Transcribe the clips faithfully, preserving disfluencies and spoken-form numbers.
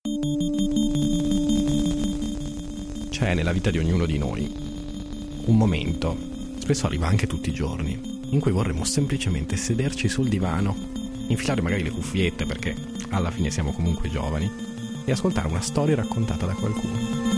C'è nella vita di ognuno di noi un momento, spesso arriva anche tutti i giorni, in cui vorremmo semplicemente sederci sul divano, infilare magari le cuffiette perché alla fine siamo comunque giovani, e ascoltare una storia raccontata da qualcuno.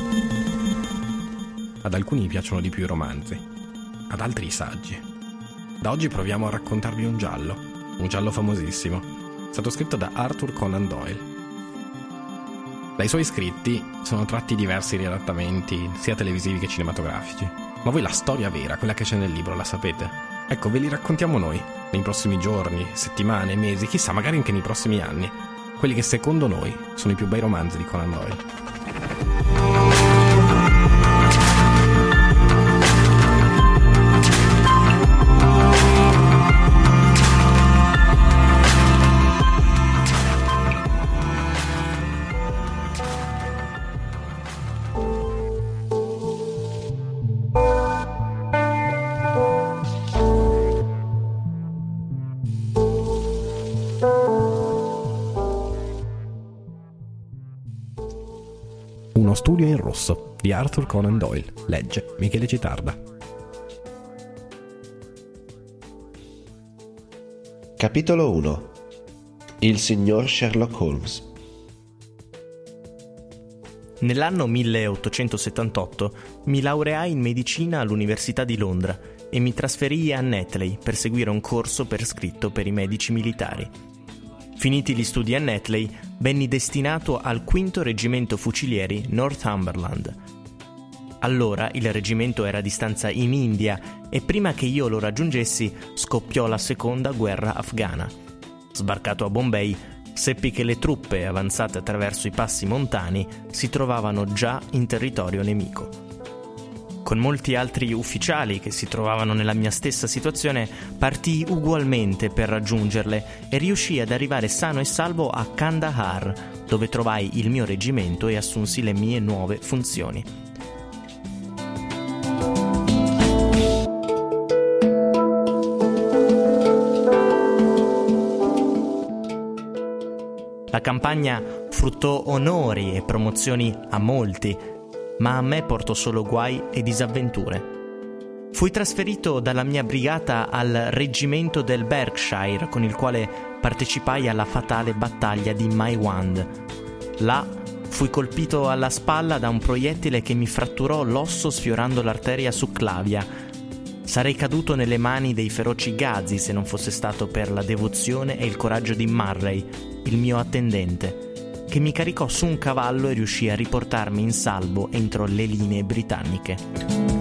Ad alcuni piacciono di più i romanzi, ad altri i saggi. Da oggi proviamo a raccontarvi un giallo, un giallo famosissimo, stato scritto da Arthur Conan Doyle. Dai suoi scritti sono tratti diversi riadattamenti, sia televisivi che cinematografici. Ma voi la storia vera, quella che c'è nel libro, la sapete? Ecco, ve li raccontiamo noi, nei prossimi giorni, settimane, mesi, chissà, magari anche nei prossimi anni. Quelli che secondo noi sono i più bei romanzi di Conan Doyle. Uno studio in rosso di Arthur Conan Doyle. Legge Michele Citarda. Capitolo uno. Il signor Sherlock Holmes. Nell'anno milleottocentosettantotto mi laureai in medicina all'Università di Londra e mi trasferii a Netley per seguire un corso per scritto per i medici militari. Finiti gli studi a Netley, venni destinato al quinto reggimento fucilieri Northumberland. Allora il reggimento era di stanza in India e prima che io lo raggiungessi scoppiò la seconda guerra afghana. Sbarcato a Bombay, seppi che le truppe avanzate attraverso i passi montani si trovavano già in territorio nemico. Con molti altri ufficiali che si trovavano nella mia stessa situazione, partii ugualmente per raggiungerle e riuscii ad arrivare sano e salvo a Kandahar, dove trovai il mio reggimento e assunsi le mie nuove funzioni. La campagna fruttò onori e promozioni a molti, ma a me portò solo guai e disavventure. Fui trasferito dalla mia brigata al reggimento del Berkshire, con il quale partecipai alla fatale battaglia di Maiwand. Là fui colpito alla spalla da un proiettile che mi fratturò l'osso sfiorando l'arteria succlavia. Sarei caduto nelle mani dei feroci Ghazi se non fosse stato per la devozione e il coraggio di Murray, il mio attendente, che mi caricò su un cavallo e riuscì a riportarmi in salvo entro le linee britanniche.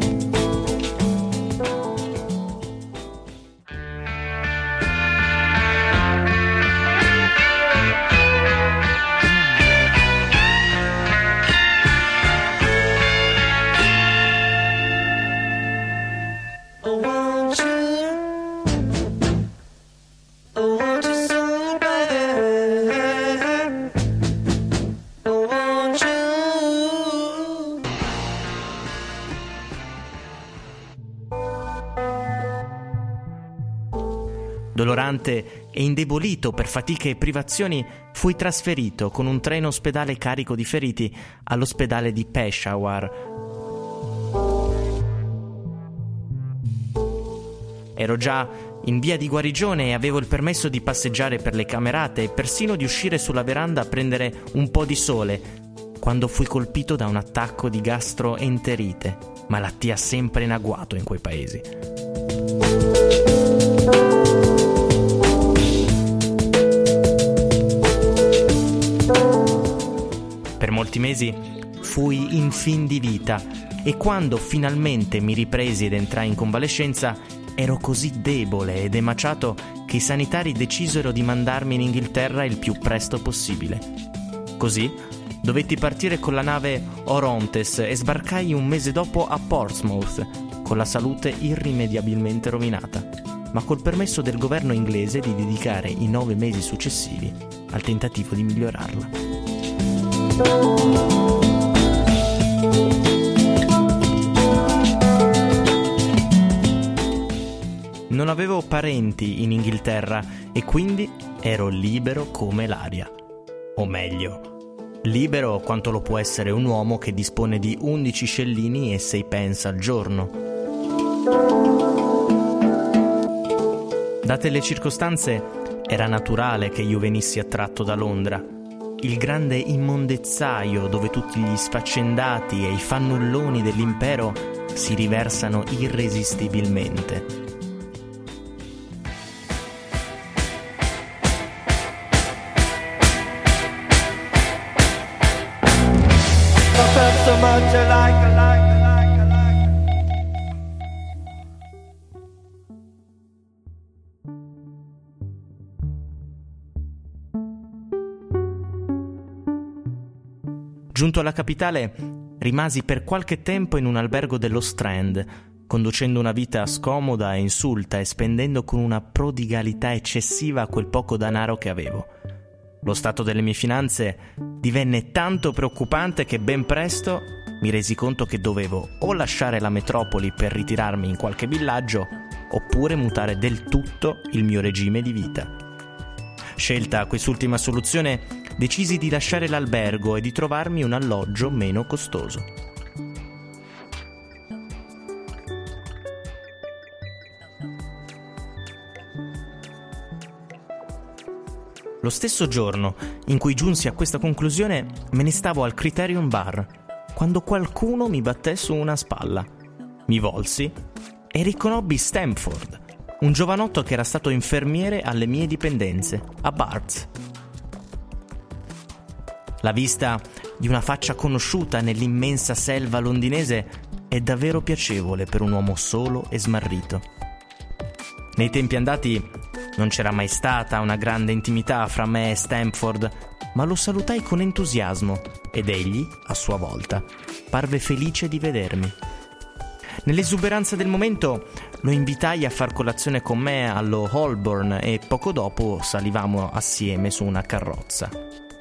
Dolorante e indebolito per fatiche e privazioni, fui trasferito con un treno ospedale carico di feriti all'ospedale di Peshawar. Ero già in via di guarigione e avevo il permesso di passeggiare per le camerate e persino di uscire sulla veranda a prendere un po' di sole, quando fui colpito da un attacco di gastroenterite, malattia sempre in agguato in quei paesi. Per molti mesi fui in fin di vita e quando finalmente mi ripresi ed entrai in convalescenza ero così debole ed emaciato che i sanitari decisero di mandarmi in Inghilterra il più presto possibile. Così dovetti partire con la nave Orontes e sbarcai un mese dopo a Portsmouth, con la salute irrimediabilmente rovinata, ma col permesso del governo inglese di dedicare i nove mesi successivi al tentativo di migliorarla. Non avevo parenti in Inghilterra e quindi ero libero come l'aria. O meglio, libero quanto lo può essere un uomo che dispone di undici scellini e sei pence al giorno. Date le circostanze, era naturale che io venissi attratto da Londra, il grande immondezzaio dove tutti gli sfaccendati e i fannulloni dell'impero si riversano irresistibilmente. Giunto alla capitale, rimasi per qualche tempo in un albergo dello Strand, conducendo una vita scomoda e insulta e spendendo con una prodigalità eccessiva quel poco denaro che avevo. Lo stato delle mie finanze divenne tanto preoccupante che ben presto mi resi conto che dovevo o lasciare la metropoli per ritirarmi in qualche villaggio, oppure mutare del tutto il mio regime di vita. Scelta quest'ultima soluzione, decisi di lasciare l'albergo e di trovarmi un alloggio meno costoso. Lo stesso giorno in cui giunsi a questa conclusione, me ne stavo al Criterion Bar, quando qualcuno mi batté su una spalla. Mi volsi e riconobbi Stamford, un giovanotto che era stato infermiere alle mie dipendenze, a Barts. La vista di una faccia conosciuta nell'immensa selva londinese è davvero piacevole per un uomo solo e smarrito. Nei tempi andati non c'era mai stata una grande intimità fra me e Stamford, ma lo salutai con entusiasmo ed egli, a sua volta, parve felice di vedermi. Nell'esuberanza del momento lo invitai a far colazione con me allo Holborn e poco dopo salivamo assieme su una carrozza.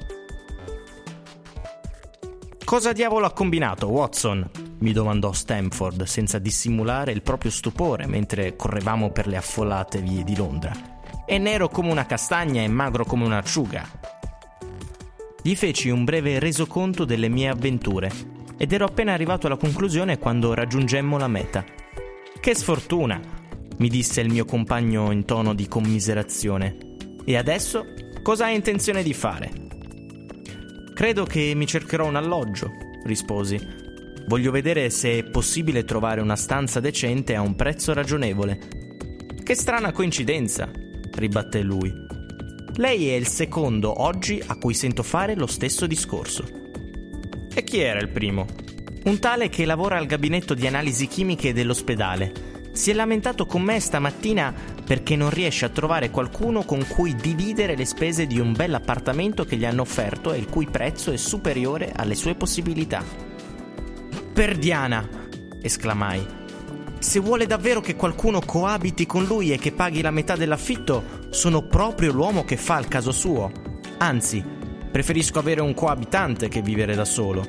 «Cosa diavolo ha combinato, Watson?» mi domandò Stamford senza dissimulare il proprio stupore mentre correvamo per le affollate vie di Londra. «È nero come una castagna e magro come un'acciuga». Gli feci un breve resoconto delle mie avventure ed ero appena arrivato alla conclusione quando raggiungemmo la meta. «Che sfortuna!» mi disse il mio compagno in tono di commiserazione. «E adesso cosa hai intenzione di fare?» «Credo che mi cercherò un alloggio», risposi. «Voglio vedere se è possibile trovare una stanza decente a un prezzo ragionevole». «Che strana coincidenza», ribatté lui. «Lei è il secondo oggi a cui sento fare lo stesso discorso». «E chi era il primo?» «Un tale che lavora al gabinetto di analisi chimiche dell'ospedale. Si è lamentato con me stamattina perché non riesce a trovare qualcuno con cui dividere le spese di un bel appartamento che gli hanno offerto e il cui prezzo è superiore alle sue possibilità». «Perdiana!» esclamai. «Se vuole davvero che qualcuno coabiti con lui e che paghi la metà dell'affitto, sono proprio l'uomo che fa il caso suo. Anzi, preferisco avere un coabitante che vivere da solo».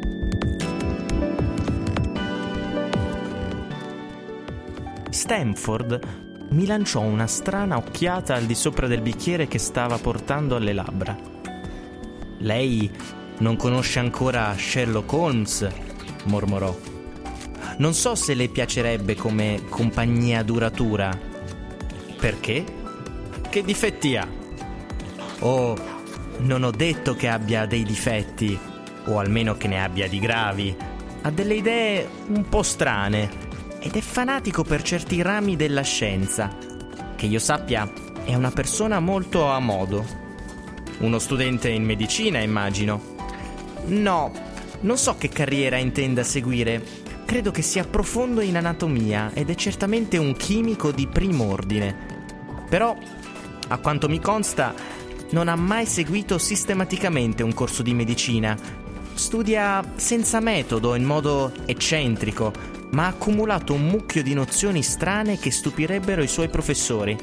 Stamford mi lanciò una strana occhiata al di sopra del bicchiere che stava portando alle labbra. «Lei non conosce ancora Sherlock Holmes?» mormorò. «Non so se le piacerebbe come compagnia duratura». «Perché? Che difetti ha?» «Oh, non ho detto che abbia dei difetti, o almeno che ne abbia di gravi. Ha delle idee un po' strane ed è fanatico per certi rami della scienza. Che io sappia, è una persona molto a modo». «Uno studente in medicina, immagino». «No, non so che carriera intenda seguire. Credo che sia profondo in anatomia ed è certamente un chimico di primo ordine. Però, a quanto mi consta, non ha mai seguito sistematicamente un corso di medicina. Studia senza metodo, in modo eccentrico, ma ha accumulato un mucchio di nozioni strane che stupirebbero i suoi professori».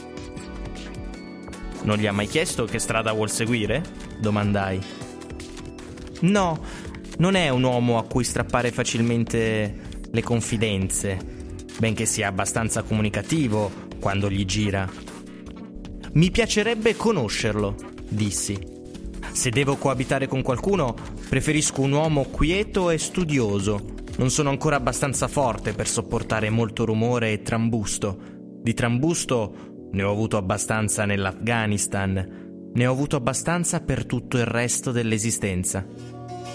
«Non gli ha mai chiesto che strada vuol seguire?» domandai. «No, non è un uomo a cui strappare facilmente le confidenze, benché sia abbastanza comunicativo quando gli gira». «Mi piacerebbe conoscerlo», dissi. se devo coabitare con qualcuno, preferisco un uomo quieto e studioso. Non sono ancora abbastanza forte per sopportare molto rumore e trambusto. Di trambusto ne ho avuto abbastanza nell'Afghanistan. Ne ho avuto abbastanza per tutto il resto dell'esistenza.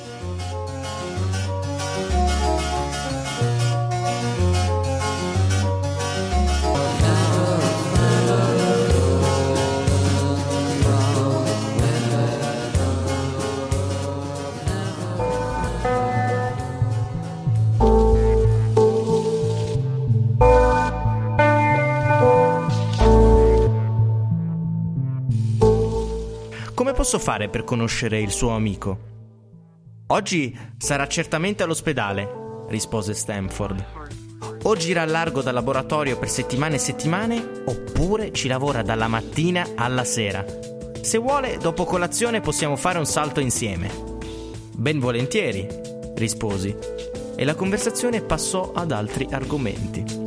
Come posso fare per conoscere il suo amico? Oggi sarà certamente all'ospedale, rispose Stamford. O gira al largo dal laboratorio per settimane e settimane, oppure ci lavora dalla mattina alla sera. Se vuole, dopo colazione possiamo fare un salto insieme. Ben volentieri, risposi, e la conversazione passò ad altri argomenti.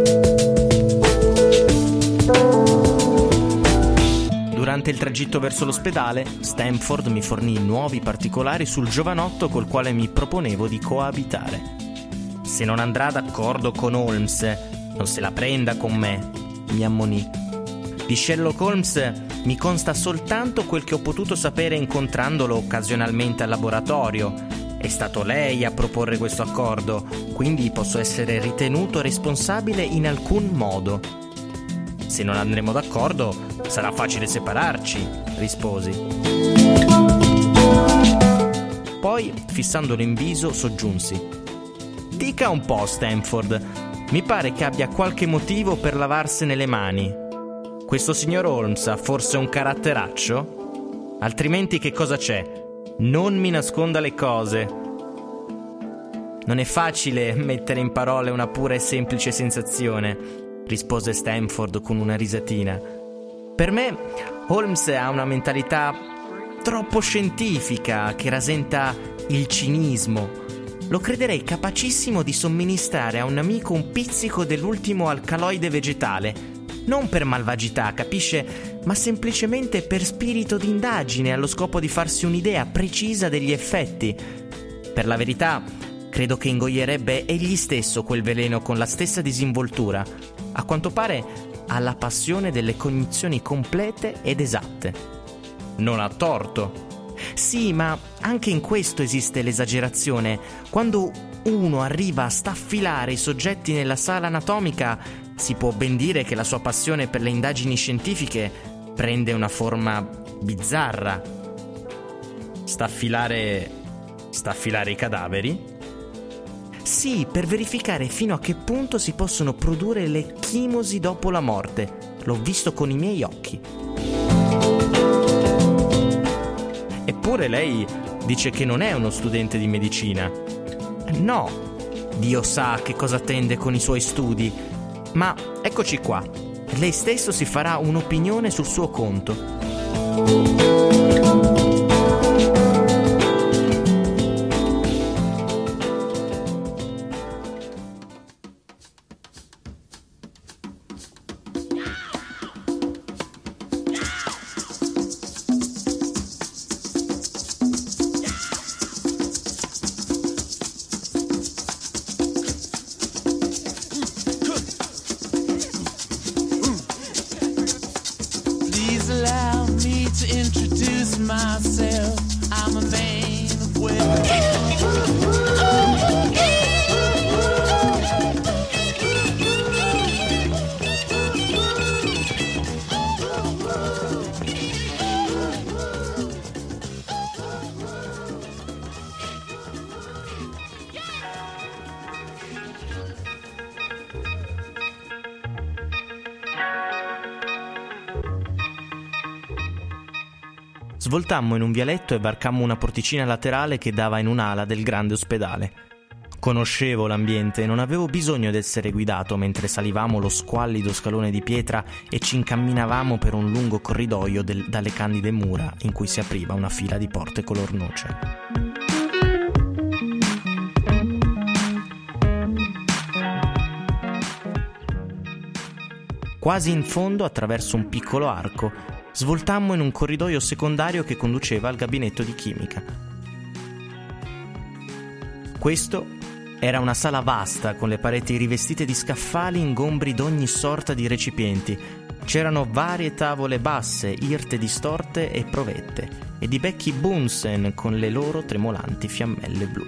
Durante il tragitto verso l'ospedale, Stamford mi fornì nuovi particolari sul giovanotto col quale mi proponevo di coabitare. Se non andrà d'accordo con Holmes, non se la prenda con me, mi ammonì. Di Sherlock Holmes mi consta soltanto quel che ho potuto sapere incontrandolo occasionalmente al laboratorio. È stato lei a proporre questo accordo, quindi posso essere ritenuto responsabile in alcun modo. Se non andremo d'accordo, sarà facile separarci, risposi. Poi, fissandolo in viso, soggiunsi: dica un po', Stamford, mi pare che abbia qualche motivo per lavarsene le mani. Questo signor Holmes ha forse un caratteraccio? Altrimenti che cosa c'è? Non mi nasconda le cose. Non è facile mettere in parole una pura e semplice sensazione, rispose Stamford con una risatina. Per me, Holmes ha una mentalità troppo scientifica che rasenta il cinismo. Lo crederei capacissimo di somministrare a un amico un pizzico dell'ultimo alcaloide vegetale, non per malvagità, capisce, ma semplicemente per spirito di indagine, allo scopo di farsi un'idea precisa degli effetti. Per la verità, credo che ingoierebbe egli stesso quel veleno con la stessa disinvoltura. A quanto pare ha la passione delle cognizioni complete ed esatte. Non ha torto. Sì, ma anche in questo esiste l'esagerazione. Quando uno arriva a staffilare i soggetti nella sala anatomica, si può ben dire che la sua passione per le indagini scientifiche prende una forma bizzarra. Staffilare... staffilare i cadaveri? Sì, per verificare fino a che punto si possono produrre le chimosi dopo la morte. L'ho visto con i miei occhi. Eppure lei dice che non è uno studente di medicina. No, Dio sa che cosa tende con i suoi studi. Ma eccoci qua. Lei stesso si farà un'opinione sul suo conto. Allow me to introduce myself. I'm a man of wealth. Svoltammo in un vialetto e varcammo una porticina laterale che dava in un'ala del grande ospedale. Conoscevo l'ambiente e non avevo bisogno d'essere guidato mentre salivamo lo squallido scalone di pietra e ci incamminavamo per un lungo corridoio del, dalle candide mura in cui si apriva una fila di porte color noce. Quasi in fondo, attraverso un piccolo arco, svoltammo in un corridoio secondario che conduceva al gabinetto di chimica. Questo era una sala vasta con le pareti rivestite di scaffali ingombri d'ogni sorta di recipienti. C'erano varie tavole basse, irte distorte e provette, e di becchi Bunsen con le loro tremolanti fiammelle blu.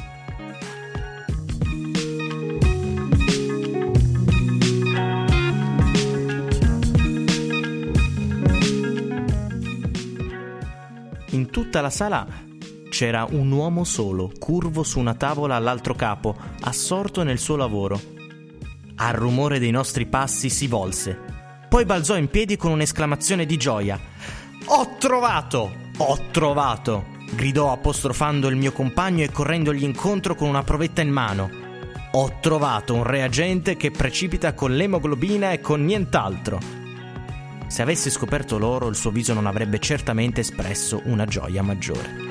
In tutta la sala c'era un uomo solo, curvo su una tavola all'altro capo, assorto nel suo lavoro. Al rumore dei nostri passi si volse. Poi balzò in piedi con un'esclamazione di gioia. «Ho trovato! Ho trovato!» gridò apostrofando il mio compagno e correndogli incontro con una provetta in mano. «Ho trovato un reagente che precipita con l'emoglobina e con nient'altro!» Se avesse scoperto l'oro, il suo viso non avrebbe certamente espresso una gioia maggiore.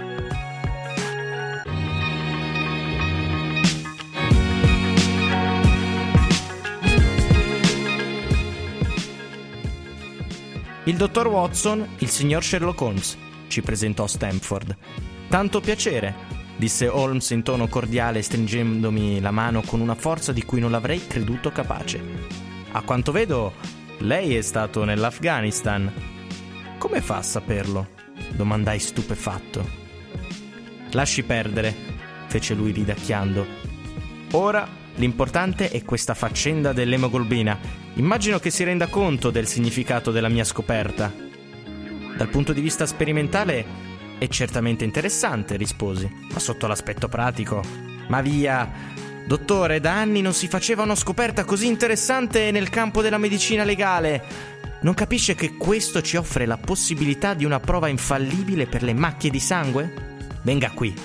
Il dottor Watson, il signor Sherlock Holmes, ci presentò Stamford. «Tanto piacere», disse Holmes in tono cordiale, stringendomi la mano con una forza di cui non l'avrei creduto capace. «A quanto vedo, lei è stato nell'Afghanistan». «Come fa a saperlo?» domandai stupefatto. «Lasci perdere», fece lui ridacchiando. «Ora l'importante è questa faccenda dell'emoglobina. Immagino che si renda conto del significato della mia scoperta». «Dal punto di vista sperimentale è certamente interessante», risposi, «ma sotto l'aspetto pratico...» «Ma via! Dottore, da anni non si faceva una scoperta così interessante nel campo della medicina legale. Non capisce che questo ci offre la possibilità di una prova infallibile per le macchie di sangue? Venga qui».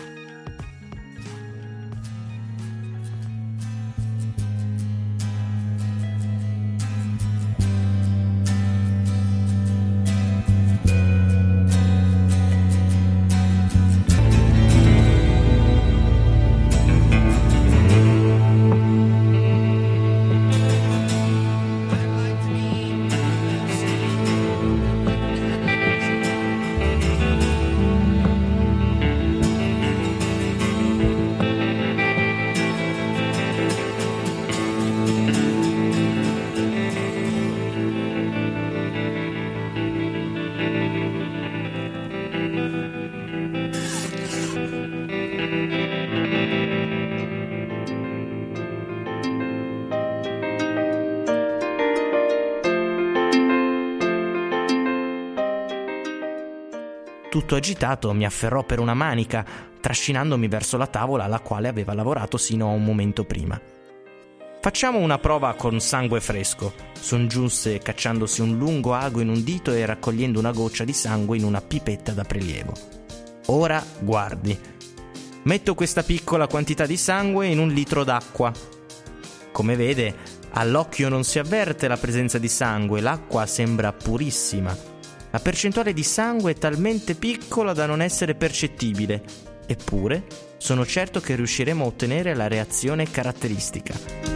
Tutto agitato mi afferrò per una manica, trascinandomi verso la tavola alla quale aveva lavorato sino a un momento prima. «Facciamo una prova con sangue fresco», soggiunse cacciandosi un lungo ago in un dito e raccogliendo una goccia di sangue in una pipetta da prelievo. «Ora guardi. Metto questa piccola quantità di sangue in un litro d'acqua. Come vede, all'occhio non si avverte la presenza di sangue, l'acqua sembra purissima. La percentuale di sangue è talmente piccola da non essere percettibile, eppure sono certo che riusciremo a ottenere la reazione caratteristica».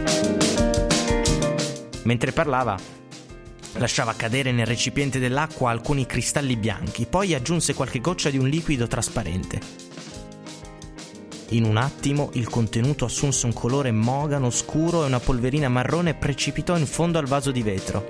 Mentre parlava, lasciava cadere nel recipiente dell'acqua alcuni cristalli bianchi, poi aggiunse qualche goccia di un liquido trasparente. In un attimo il contenuto assunse un colore mogano scuro e una polverina marrone precipitò in fondo al vaso di vetro.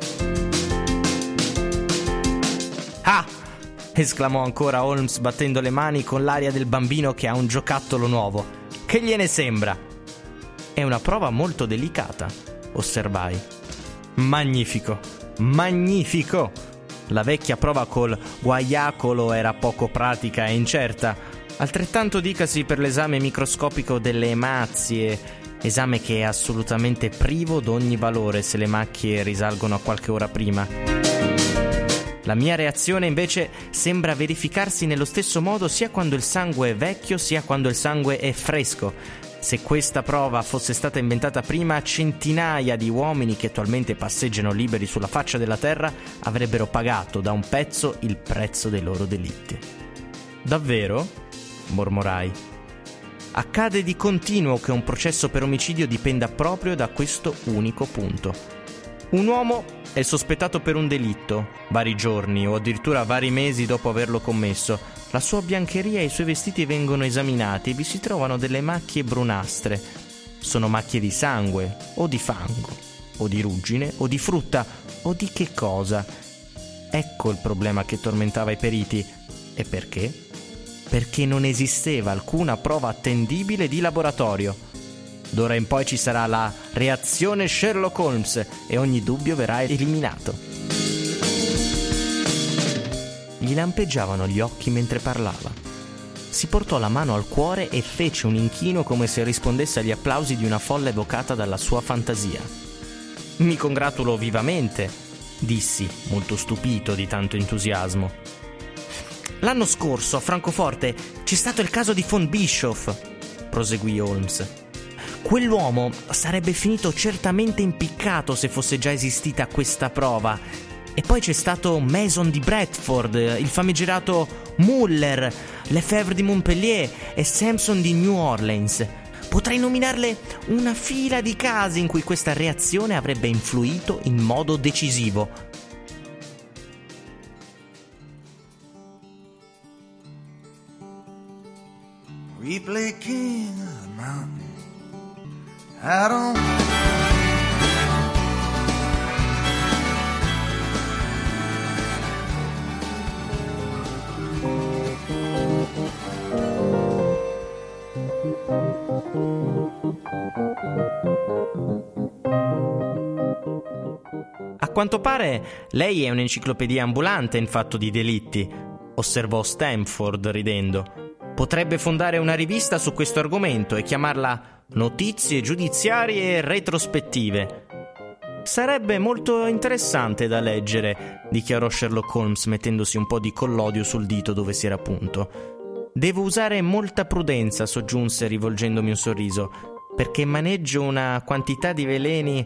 «Ah!» esclamò ancora Holmes battendo le mani con l'aria del bambino che ha un giocattolo nuovo. «Che gliene sembra?» «È una prova molto delicata», osservai. «Magnifico, magnifico!» La vecchia prova col guaiacolo era poco pratica e incerta. Altrettanto dicasi per l'esame microscopico delle emazie, esame che è assolutamente privo d'ogni valore se le macchie risalgono a qualche ora prima. La mia reazione invece sembra verificarsi nello stesso modo sia quando il sangue è vecchio sia quando il sangue è fresco. Se questa prova fosse stata inventata prima, centinaia di uomini che attualmente passeggiano liberi sulla faccia della terra avrebbero pagato da un pezzo il prezzo dei loro delitti. «Davvero?» mormorai. «Accade di continuo che un processo per omicidio dipenda proprio da questo unico punto. Un uomo è sospettato per un delitto, vari giorni o addirittura vari mesi dopo averlo commesso. La sua biancheria e i suoi vestiti vengono esaminati e vi si trovano delle macchie brunastre. Sono macchie di sangue, o di fango, o di ruggine, o di frutta, o di che cosa. Ecco il problema che tormentava i periti. E perché? Perché non esisteva alcuna prova attendibile di laboratorio. D'ora in poi ci sarà la reazione Sherlock Holmes e ogni dubbio verrà eliminato. Gli lampeggiavano gli occhi mentre parlava. Si portò la mano al cuore e fece un inchino come se rispondesse agli applausi di una folla evocata dalla sua fantasia. «Mi congratulo vivamente», dissi, molto stupito di tanto entusiasmo. «L'anno scorso a Francoforte c'è stato il caso di von Bischoff», proseguì Holmes. «Quell'uomo sarebbe finito certamente impiccato se fosse già esistita questa prova. E poi c'è stato Mason di Bradford, il famigerato Muller, Lefebvre di Montpellier e Sampson di New Orleans. Potrei nominarle una fila di casi in cui questa reazione avrebbe influito in modo decisivo». We play king of the mountain. I don't «A quanto pare lei è un'enciclopedia ambulante in fatto di delitti», osservò Stamford ridendo. «Potrebbe fondare una rivista su questo argomento e chiamarla Notizie giudiziarie e retrospettive». «Sarebbe molto interessante da leggere», dichiarò Sherlock Holmes mettendosi un po' di collodio sul dito dove si era punto. «Devo usare molta prudenza», soggiunse rivolgendomi un sorriso, «perché maneggio una quantità di veleni».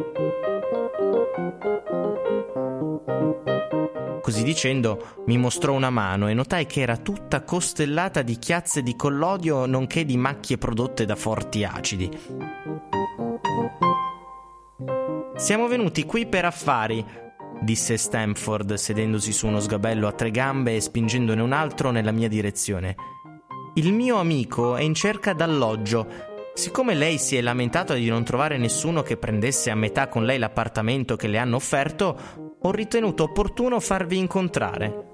Così dicendo mi mostrò una mano e notai che era tutta costellata di chiazze di collodio nonché di macchie prodotte da forti acidi. «Siamo venuti qui per affari», disse Stamford sedendosi su uno sgabello a tre gambe e spingendone un altro nella mia direzione. «Il mio amico è in cerca d'alloggio. Siccome lei si è lamentata di non trovare nessuno che prendesse a metà con lei l'appartamento che le hanno offerto, ho ritenuto opportuno farvi incontrare».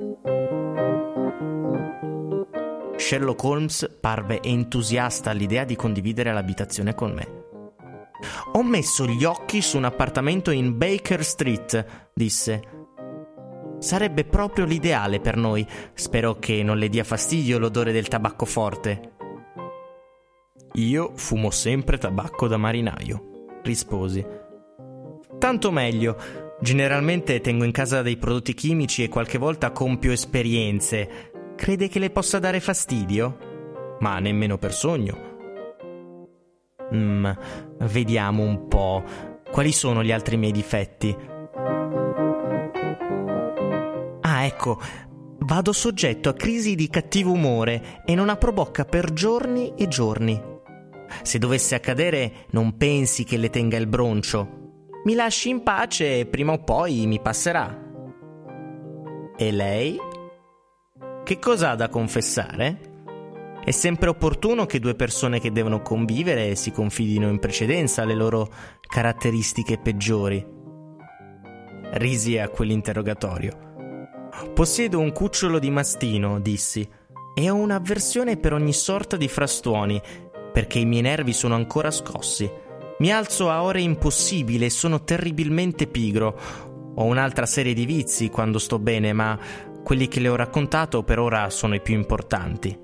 Sherlock Holmes parve entusiasta all'idea di condividere l'abitazione con me. «Ho messo gli occhi su un appartamento in Baker Street», disse. «Sarebbe proprio l'ideale per noi. Spero che non le dia fastidio l'odore del tabacco forte». «Io fumo sempre tabacco da marinaio», risposi. «Tanto meglio. Generalmente tengo in casa dei prodotti chimici e qualche volta compio esperienze. Crede che le possa dare fastidio? Ma nemmeno per sogno». Mm, vediamo un po'. Quali sono gli altri miei difetti? Ah, ecco. Vado soggetto a crisi di cattivo umore e non apro bocca per giorni e giorni. Se dovesse accadere, non pensi che le tenga il broncio. Mi lasci in pace e prima o poi mi passerà. E lei? Che cosa ha da confessare? È sempre opportuno che due persone che devono convivere si confidino in precedenza alle loro caratteristiche peggiori. Risi a quell'interrogatorio. «Possiedo un cucciolo di mastino», dissi, «e ho un'avversione per ogni sorta di frastuoni, perché i miei nervi sono ancora scossi. Mi alzo a ore impossibili e sono terribilmente pigro. Ho un'altra serie di vizi quando sto bene, ma quelli che le ho raccontato per ora sono i più importanti».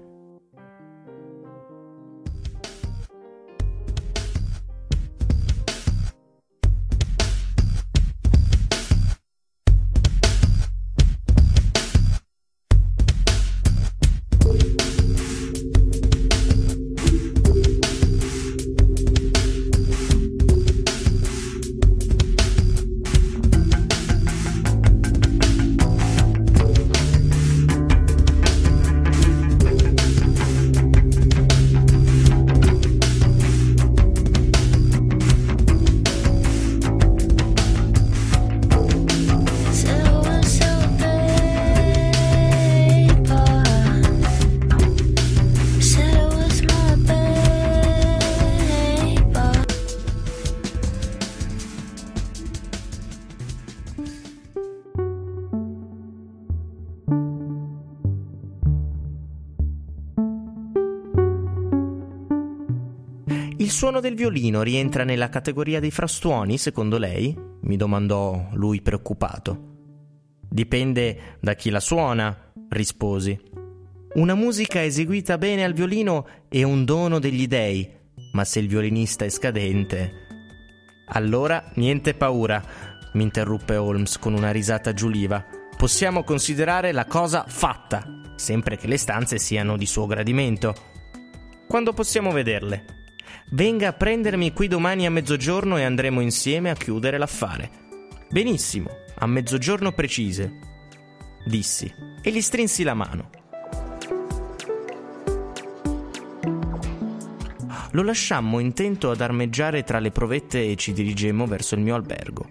Il suono del violino rientra nella categoria dei frastuoni, secondo lei? Mi domandò lui preoccupato. Dipende da chi la suona, risposi. Una musica eseguita bene al violino è un dono degli dei, ma se il violinista è scadente... Allora, niente paura, mi interruppe Holmes con una risata giuliva. Possiamo considerare la cosa fatta, sempre che le stanze siano di suo gradimento. Quando possiamo vederle? Venga a prendermi qui domani a mezzogiorno e andremo insieme a chiudere l'affare. Benissimo, a mezzogiorno precise, dissi e gli strinsi la mano. Lo lasciammo intento ad armeggiare tra le provette e ci dirigemmo verso il mio albergo.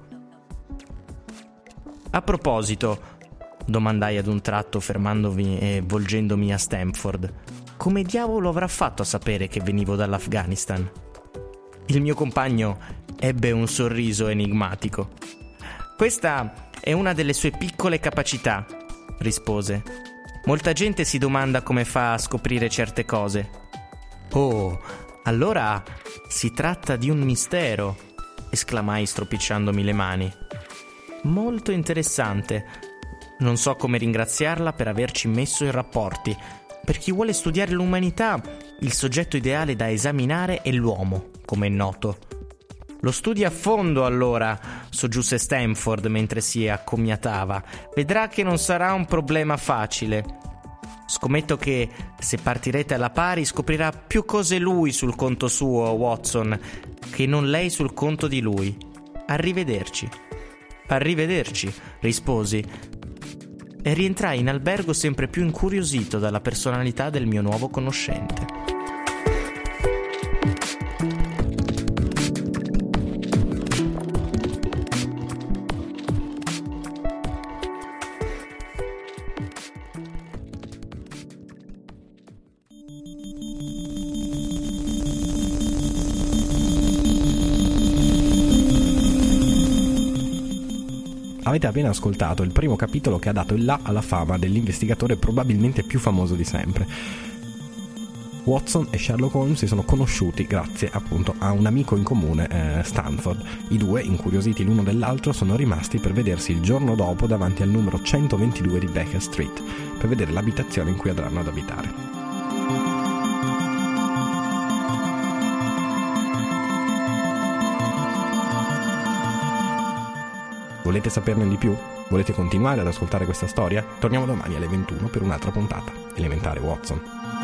A proposito, domandai ad un tratto fermandomi e volgendomi a Stamford, come diavolo avrà fatto a sapere che venivo dall'Afghanistan? Il mio compagno ebbe un sorriso enigmatico. Questa è una delle sue piccole capacità, rispose. Molta gente si domanda come fa a scoprire certe cose. Oh, allora si tratta di un mistero, esclamai stropicciandomi le mani. Molto interessante. Non so come ringraziarla per averci messo in rapporti. Per chi vuole studiare l'umanità, il soggetto ideale da esaminare è l'uomo, come è noto. Lo studi a fondo, allora, soggiunse Stamford mentre si accomiatava. Vedrà che non sarà un problema facile. Scommetto che, se partirete alla pari, scoprirà più cose lui sul conto suo, Watson, che non lei sul conto di lui. Arrivederci. Arrivederci, risposi, e rientrai in albergo sempre più incuriosito dalla personalità del mio nuovo conoscente. Avete appena ascoltato il primo capitolo che ha dato il là alla fama dell'investigatore probabilmente più famoso di sempre. Watson e Sherlock Holmes si sono conosciuti grazie appunto a un amico in comune, eh, Stamford. I due, incuriositi l'uno dell'altro, sono rimasti per vedersi il giorno dopo davanti al numero centoventidue di Baker Street, per vedere l'abitazione in cui andranno ad abitare. Volete saperne di più? Volete continuare ad ascoltare questa storia? Torniamo domani alle ventuno per un'altra puntata. Elementare Watson.